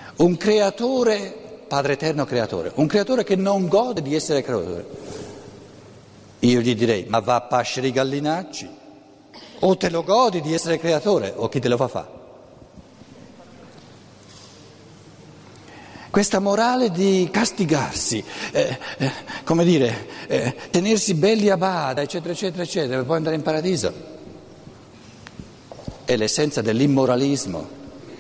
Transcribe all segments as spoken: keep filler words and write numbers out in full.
Un creatore, Padre eterno creatore, un creatore che non gode di essere creatore. Io gli direi, ma va a pascere i gallinacci, o te lo godi di essere creatore, o chi te lo fa fare. Questa morale di castigarsi, eh, eh, come dire, eh, tenersi belli a bada, eccetera, eccetera, eccetera, per poi andare in paradiso, è l'essenza dell'immoralismo.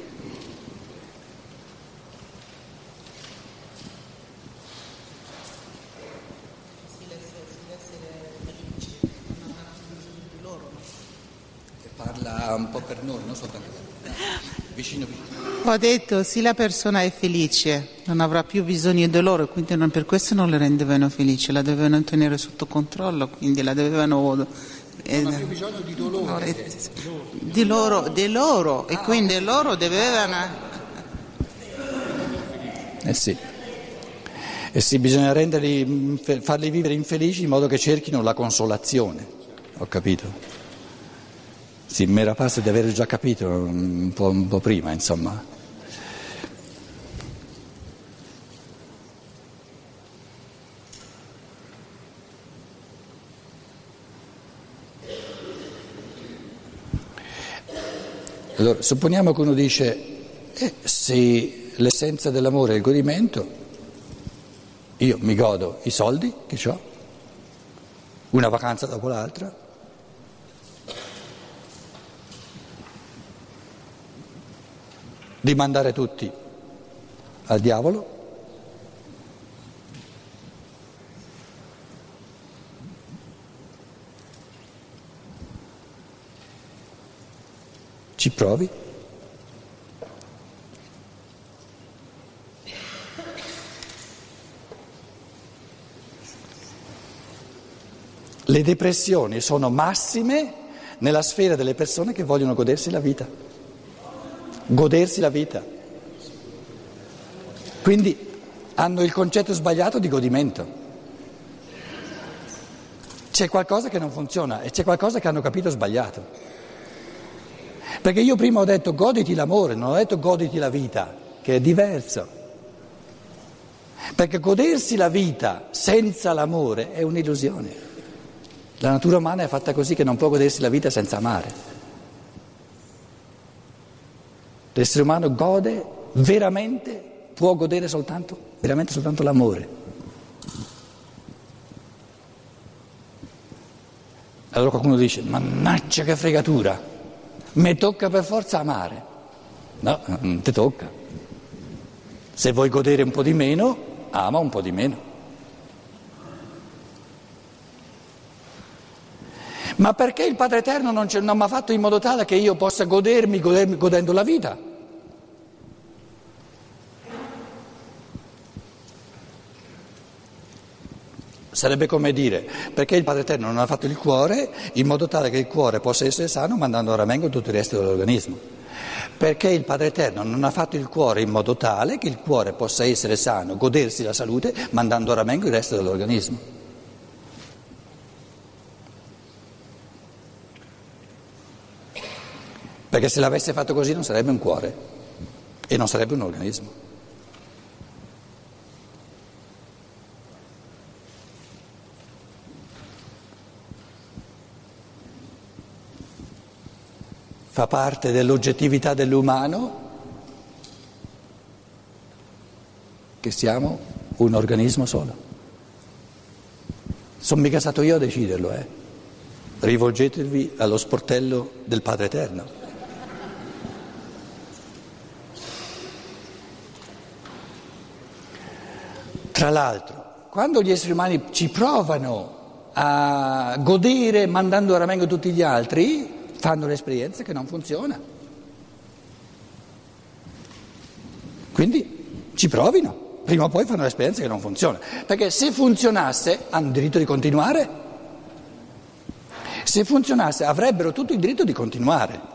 Parla un po' per noi, non soltanto per noi. Vicino, vicino. Ho detto, se la persona è felice, non avrà più bisogno di loro, quindi non, per questo non le rendevano felici, la dovevano tenere sotto controllo, quindi la dovevano... Eh, non ha più bisogno di dolore. Di loro, di loro, e quindi loro dovevano... Eh sì. Eh sì, bisogna renderli, farli vivere infelici in modo che cerchino la consolazione, ho capito. Sì, mi era parso di aver già capito un po', un po' prima, insomma. Allora, supponiamo che uno dice, eh, se l'essenza dell'amore è il godimento, io mi godo i soldi che ho, una vacanza dopo l'altra, di mandare tutti al diavolo, ci provi? Le depressioni sono massime nella sfera delle persone che vogliono godersi la vita. Godersi la vita. Quindi hanno il concetto sbagliato di godimento. C'è qualcosa che non funziona e c'è qualcosa che hanno capito sbagliato. Perché io prima ho detto goditi l'amore, non ho detto goditi la vita, che è diverso. Perché godersi la vita senza l'amore è un'illusione. La natura umana è fatta così che non può godersi la vita senza amare. L'essere umano gode veramente, può godere soltanto, veramente soltanto l'amore. Allora qualcuno dice, mannaggia che fregatura, mi tocca per forza amare. No, non ti tocca. Se vuoi godere un po' di meno, ama un po' di meno. Ma perché il Padre Eterno non, non mi ha fatto in modo tale che io possa godermi, godermi godendo la vita? Sarebbe come dire, perché il Padre Eterno non ha fatto il cuore in modo tale che il cuore possa essere sano mandando a ramengo tutto il resto dell'organismo? Perché il Padre Eterno non ha fatto il cuore in modo tale che il cuore possa essere sano, godersi la salute mandando a ramengo il resto dell'organismo? Perché se l'avesse fatto così non sarebbe un cuore e non sarebbe un organismo. Fa parte dell'oggettività dell'umano che siamo un organismo solo. Sono mica stato io a deciderlo, eh. Rivolgetevi allo sportello del Padre Eterno. Tra l'altro, quando gli esseri umani ci provano a godere mandando a ramengo tutti gli altri, fanno l'esperienza che non funziona. Quindi ci provino, prima o poi fanno l'esperienza che non funziona. Perché se funzionasse hanno diritto di continuare. Se funzionasse avrebbero tutto il diritto di continuare.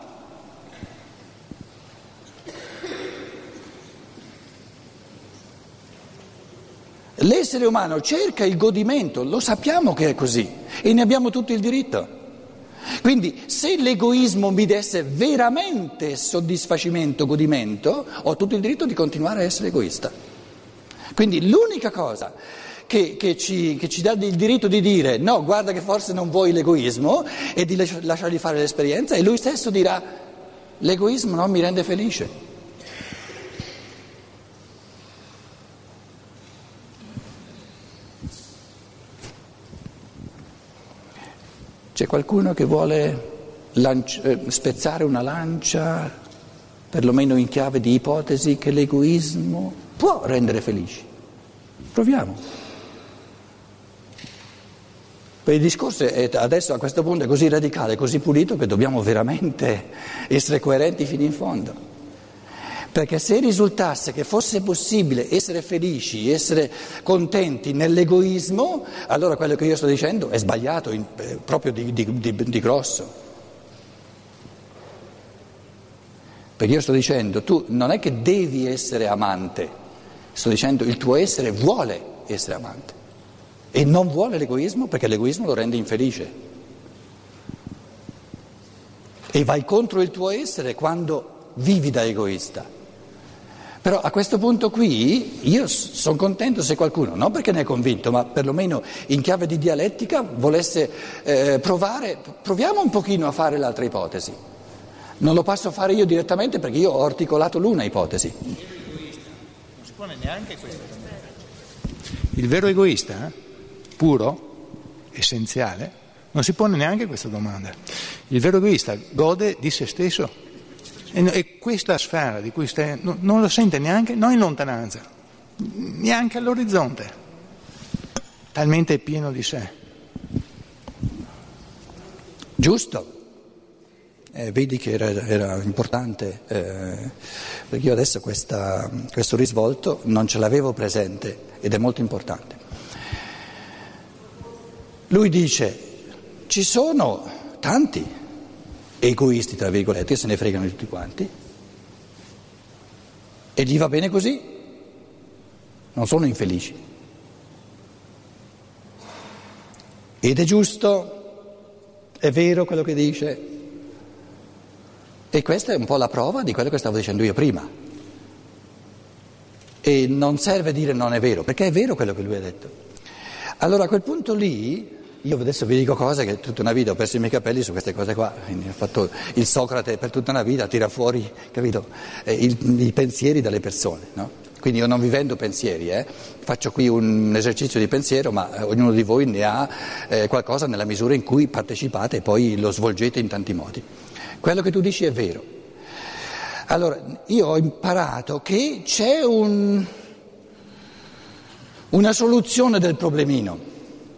L'essere umano cerca il godimento, lo sappiamo che è così e ne abbiamo tutto il diritto. Quindi se l'egoismo mi desse veramente soddisfacimento, godimento, ho tutto il diritto di continuare a essere egoista. Quindi l'unica cosa che, che, ci, che ci dà il diritto di dire no, guarda che forse non vuoi l'egoismo e di lasciargli fare l'esperienza, e lui stesso dirà l'egoismo non mi rende felice. C'è qualcuno che vuole lanci- spezzare una lancia, perlomeno in chiave di ipotesi, che l'egoismo può rendere felici? Proviamo. Per il discorso è, adesso a questo punto è così radicale, così pulito, che dobbiamo veramente essere coerenti fino in fondo. Perché se risultasse che fosse possibile essere felici, essere contenti nell'egoismo, allora quello che io sto dicendo è sbagliato, in, eh, proprio di, di, di, di grosso. Perché io sto dicendo, tu non è che devi essere amante, sto dicendo il tuo essere vuole essere amante e non vuole l'egoismo perché l'egoismo lo rende infelice. E vai contro il tuo essere quando vivi da egoista. Però a questo punto qui io sono contento se qualcuno, non perché ne è convinto, ma perlomeno in chiave di dialettica volesse eh, provare, proviamo un pochino a fare l'altra ipotesi. Non lo posso fare io direttamente perché io ho articolato l'una ipotesi. Il vero egoista non si pone neanche questa domanda. Il vero egoista, puro, essenziale, non si pone neanche questa domanda. Il vero egoista gode di se stesso. E questa sfera di cui stai, non lo sente neanche, non in lontananza, neanche all'orizzonte, talmente è pieno di sé. Giusto, eh, vedi che era, era importante, eh, perché io adesso questa, questo risvolto non ce l'avevo presente ed è molto importante. Lui dice, ci sono tanti egoisti, tra virgolette, se ne fregano di tutti quanti, e gli va bene così, non sono infelici. Ed è giusto, è vero quello che dice, e questa è un po' la prova di quello che stavo dicendo io prima. E non serve dire non è vero, perché è vero quello che lui ha detto. Allora a quel punto lì, io adesso vi dico cose che tutta una vita ho perso i miei capelli su queste cose qua, quindi ho fatto il Socrate per tutta una vita, tira fuori, capito, eh, il, i pensieri dalle persone, no? Quindi io non vi vendo pensieri, eh? Faccio qui un esercizio di pensiero, ma eh, ognuno di voi ne ha eh, qualcosa nella misura in cui partecipate e poi lo svolgete in tanti modi. Quello che tu dici è vero. Allora, io ho imparato che c'è un, una soluzione del problemino.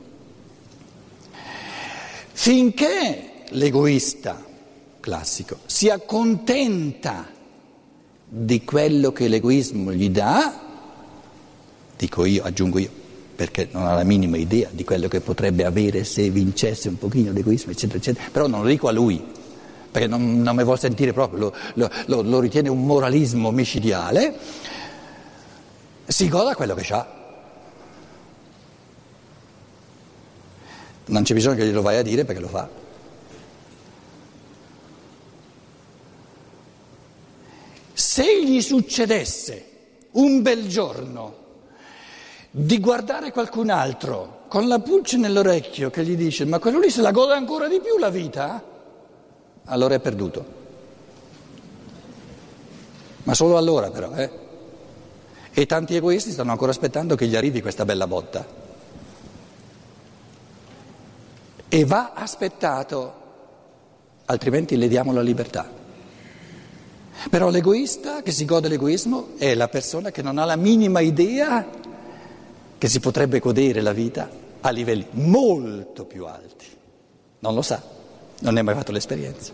Finché l'egoista classico si accontenta di quello che l'egoismo gli dà, dico io, aggiungo io, perché non ha la minima idea di quello che potrebbe avere se vincesse un pochino l'egoismo, eccetera, eccetera, però non lo dico a lui, perché non, non mi vuol sentire proprio, lo, lo, lo, lo ritiene un moralismo micidiale, si goda quello che ha. Non c'è bisogno che glielo vai a dire perché lo fa. Se gli succedesse un bel giorno di guardare qualcun altro con la pulce nell'orecchio che gli dice ma quello lì se la gode ancora di più la vita, allora è perduto. Ma solo allora però, eh? E tanti egoisti stanno ancora aspettando che gli arrivi questa bella botta. E va aspettato, altrimenti le diamo la libertà. Però l'egoista che si gode l'egoismo è la persona che non ha la minima idea che si potrebbe godere la vita a livelli molto più alti. Non lo sa, non ne ha mai fatto l'esperienza.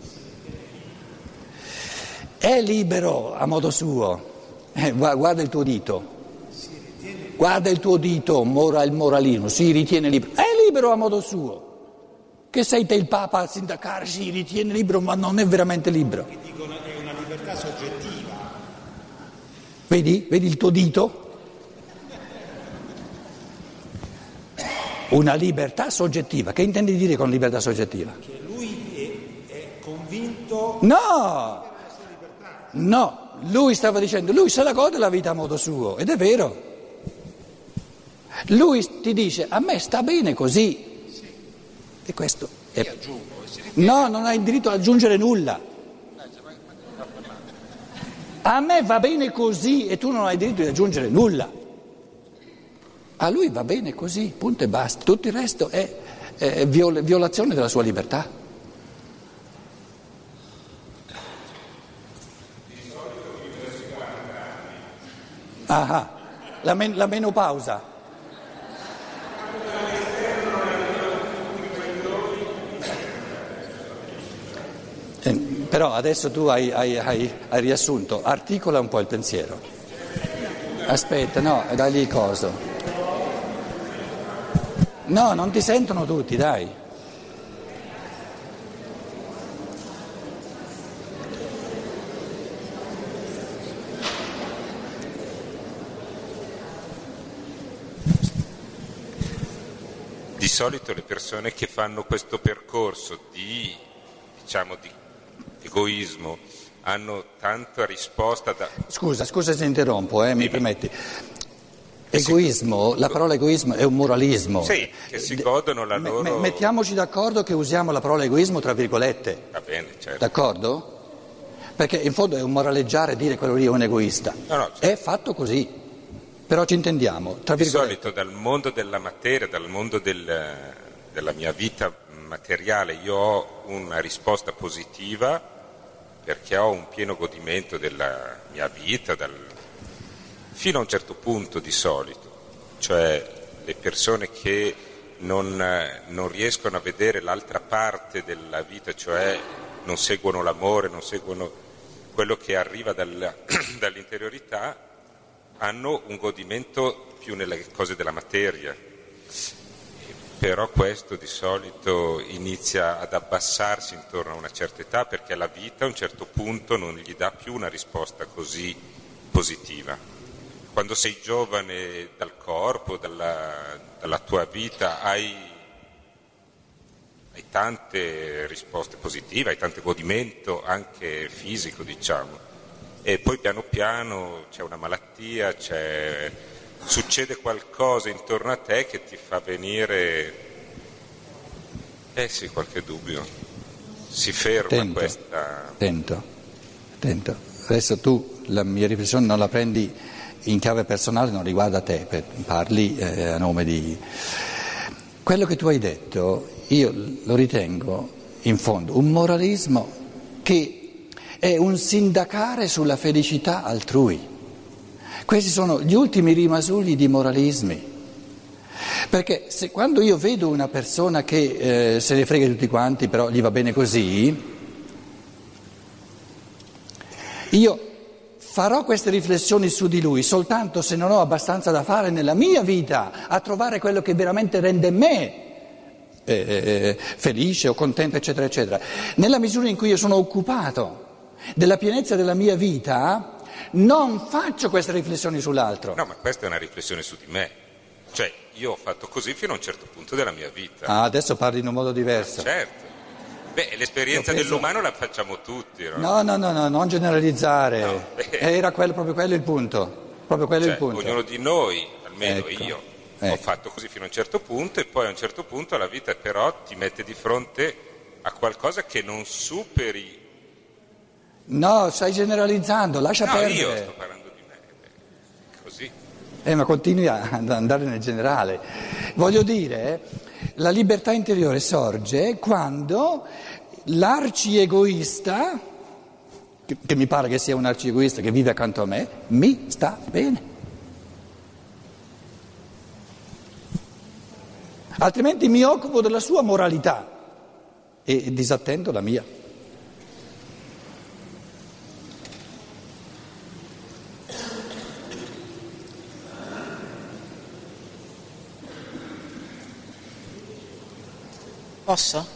È libero a modo suo, eh, guarda il tuo dito, guarda il tuo dito, mora il moralino, si ritiene libero, è libero a modo suo. Che sei te il Papa a sindacare, si ritiene libero, ma non è veramente libero. Che dicono è una libertà soggettiva. Vedi? Vedi il tuo dito? Una libertà soggettiva. Che intendi dire con libertà soggettiva? Che lui No, no, lui stava dicendo, lui se la gode la vita a modo suo, ed è vero. Lui ti dice, a me sta bene così. E questo è... No, non hai il diritto ad aggiungere nulla. A me va bene così e tu non hai il diritto di aggiungere nulla. A lui va bene così, punto e basta. Tutto il resto è, è viol- violazione della sua libertà. Ah, la, men- la menopausa. Eh, però adesso tu hai, hai, hai, hai riassunto, articola un po' il pensiero. Aspetta, no, dagli il coso. No, non ti sentono tutti, dai. Di solito le persone che fanno questo percorso di, diciamo, di egoismo hanno tanta risposta da... Scusa, scusa se interrompo, eh, mi permetti. Egoismo, la parola egoismo è un moralismo. Sì, che si godono la Me- loro... Mettiamoci d'accordo che usiamo la parola egoismo tra virgolette. Va bene, certo. D'accordo? Perché in fondo è un moraleggiare dire quello lì è un egoista. No, no, certo. È fatto così. Però ci intendiamo, tra Di virgolette. solito dal mondo della materia, dal mondo del, della mia vita materiale, io ho una risposta positiva perché ho un pieno godimento della mia vita, dal, fino a un certo punto di solito. Cioè le persone che non, non riescono a vedere l'altra parte della vita, cioè non seguono l'amore, non seguono quello che arriva dal, dall'interiorità, hanno un godimento più nelle cose della materia, però questo di solito inizia ad abbassarsi intorno a una certa età perché la vita a un certo punto non gli dà più una risposta così positiva. Quando sei giovane dal corpo, dalla, dalla tua vita, hai, hai tante risposte positive, hai tanto godimento anche fisico, diciamo. E poi piano piano c'è una malattia, c'è, succede qualcosa intorno a te che ti fa venire, eh sì, qualche dubbio. Si ferma Attento, questa... Attento, attento. Adesso tu la mia riflessione non la prendi in chiave personale, non riguarda te, parli eh, a nome di... Quello che tu hai detto, io lo ritengo, in fondo, un moralismo che... è un sindacare sulla felicità altrui. Questi sono gli ultimi rimasugli di moralismi. Perché se quando io vedo una persona che eh, se ne frega di tutti quanti, però gli va bene così, io farò queste riflessioni su di lui soltanto se non ho abbastanza da fare nella mia vita a trovare quello che veramente rende me eh, felice o contento, eccetera, eccetera. Nella misura in cui io sono occupato della pienezza della mia vita, non faccio queste riflessioni sull'altro. No, ma questa è una riflessione su di me. Cioè, io ho fatto così fino a un certo punto della mia vita. Ah, adesso parli in un modo diverso. Certo. Beh, l'esperienza Io penso... dell'umano la facciamo tutti, no? No, no, no, no, non generalizzare. No. Era quello, proprio quello il punto. Proprio quello Cioè, il punto. ognuno di noi, almeno Ecco, io, ecco. ho fatto così fino a un certo punto e poi a un certo punto la vita però ti mette di fronte a qualcosa che non superi. No, stai generalizzando, lascia No, perdere. io sto parlando di me, così. Eh, ma continui ad andare nel generale. Voglio dire, la libertà interiore sorge quando l'arciegoista, che, che mi pare che sia un arciegoista che vive accanto a me, mi sta bene. Altrimenti mi occupo della sua moralità e disattendo la mia. Posso?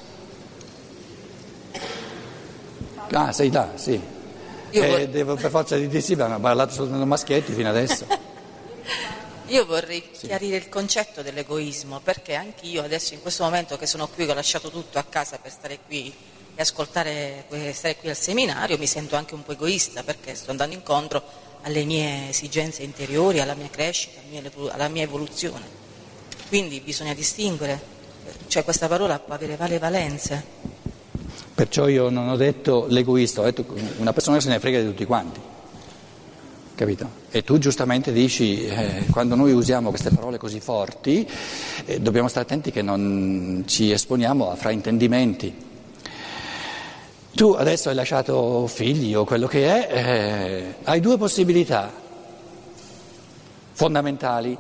Ah, sei là, sì. Io eh, vor- devo per forza di dire sì, ma hanno parlato soltanto maschietti fino adesso. Io vorrei chiarire il concetto dell'egoismo, perché anche io adesso in questo momento che sono qui, che ho lasciato tutto a casa per stare qui che ascoltare, stare qui al seminario mi sento anche un po' egoista, perché sto andando incontro alle mie esigenze interiori, alla mia crescita, alla mia evoluzione. Quindi bisogna distinguere, cioè questa parola può avere varie valenze. Perciò io non ho detto l'egoista, ho detto una persona che se ne frega di tutti quanti, capito? E tu giustamente dici, eh, quando noi usiamo queste parole così forti, eh, dobbiamo stare attenti che non ci esponiamo a fraintendimenti. Tu adesso hai lasciato figli o quello che è, eh, hai due possibilità fondamentali,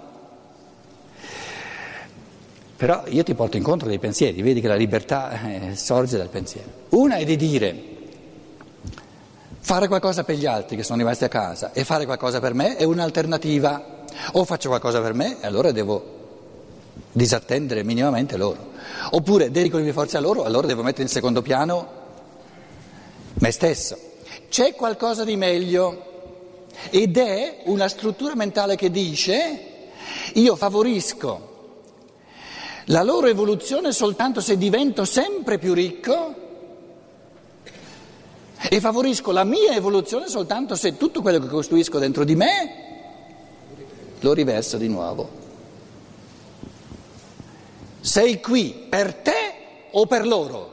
però io ti porto incontro dei pensieri, vedi che la libertà eh, sorge dal pensiero. Una è di dire fare qualcosa per gli altri che sono rimasti a casa e fare qualcosa per me è un'alternativa, o faccio qualcosa per me e allora devo disattendere minimamente loro, oppure dedico le mie forze a loro, allora devo mettere in secondo piano me stesso. C'è qualcosa di meglio ed è una struttura mentale che dice io favorisco la loro evoluzione soltanto se divento sempre più ricco e favorisco la mia evoluzione soltanto se tutto quello che costruisco dentro di me lo riverso di nuovo. Sei qui per te o per loro?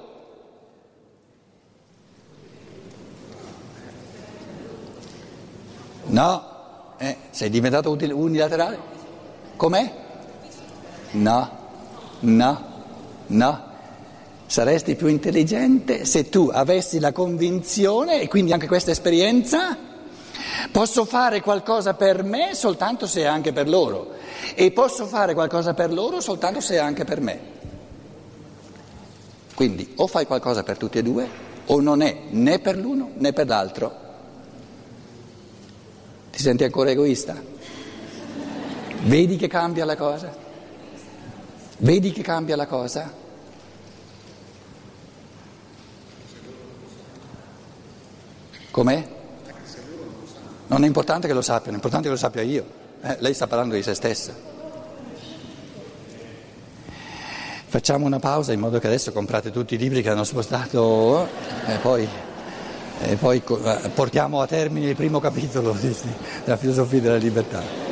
No, eh, sei diventato unilaterale? Com'è? No, no, no. Saresti più intelligente se tu avessi la convinzione, e quindi anche questa esperienza, posso fare qualcosa per me soltanto se è anche per loro, e posso fare qualcosa per loro soltanto se è anche per me. Quindi o fai qualcosa per tutti e due, o non è né per l'uno né per l'altro. Ti senti ancora egoista? Vedi che cambia la cosa? Vedi che cambia la cosa? Com'è? Non è importante che lo sappiano, è importante che lo sappia io. Eh, lei sta parlando di se stessa. Facciamo una pausa in modo che adesso comprate tutti i libri che hanno spostato e poi... E poi portiamo a termine il primo capitolo della filosofia della libertà.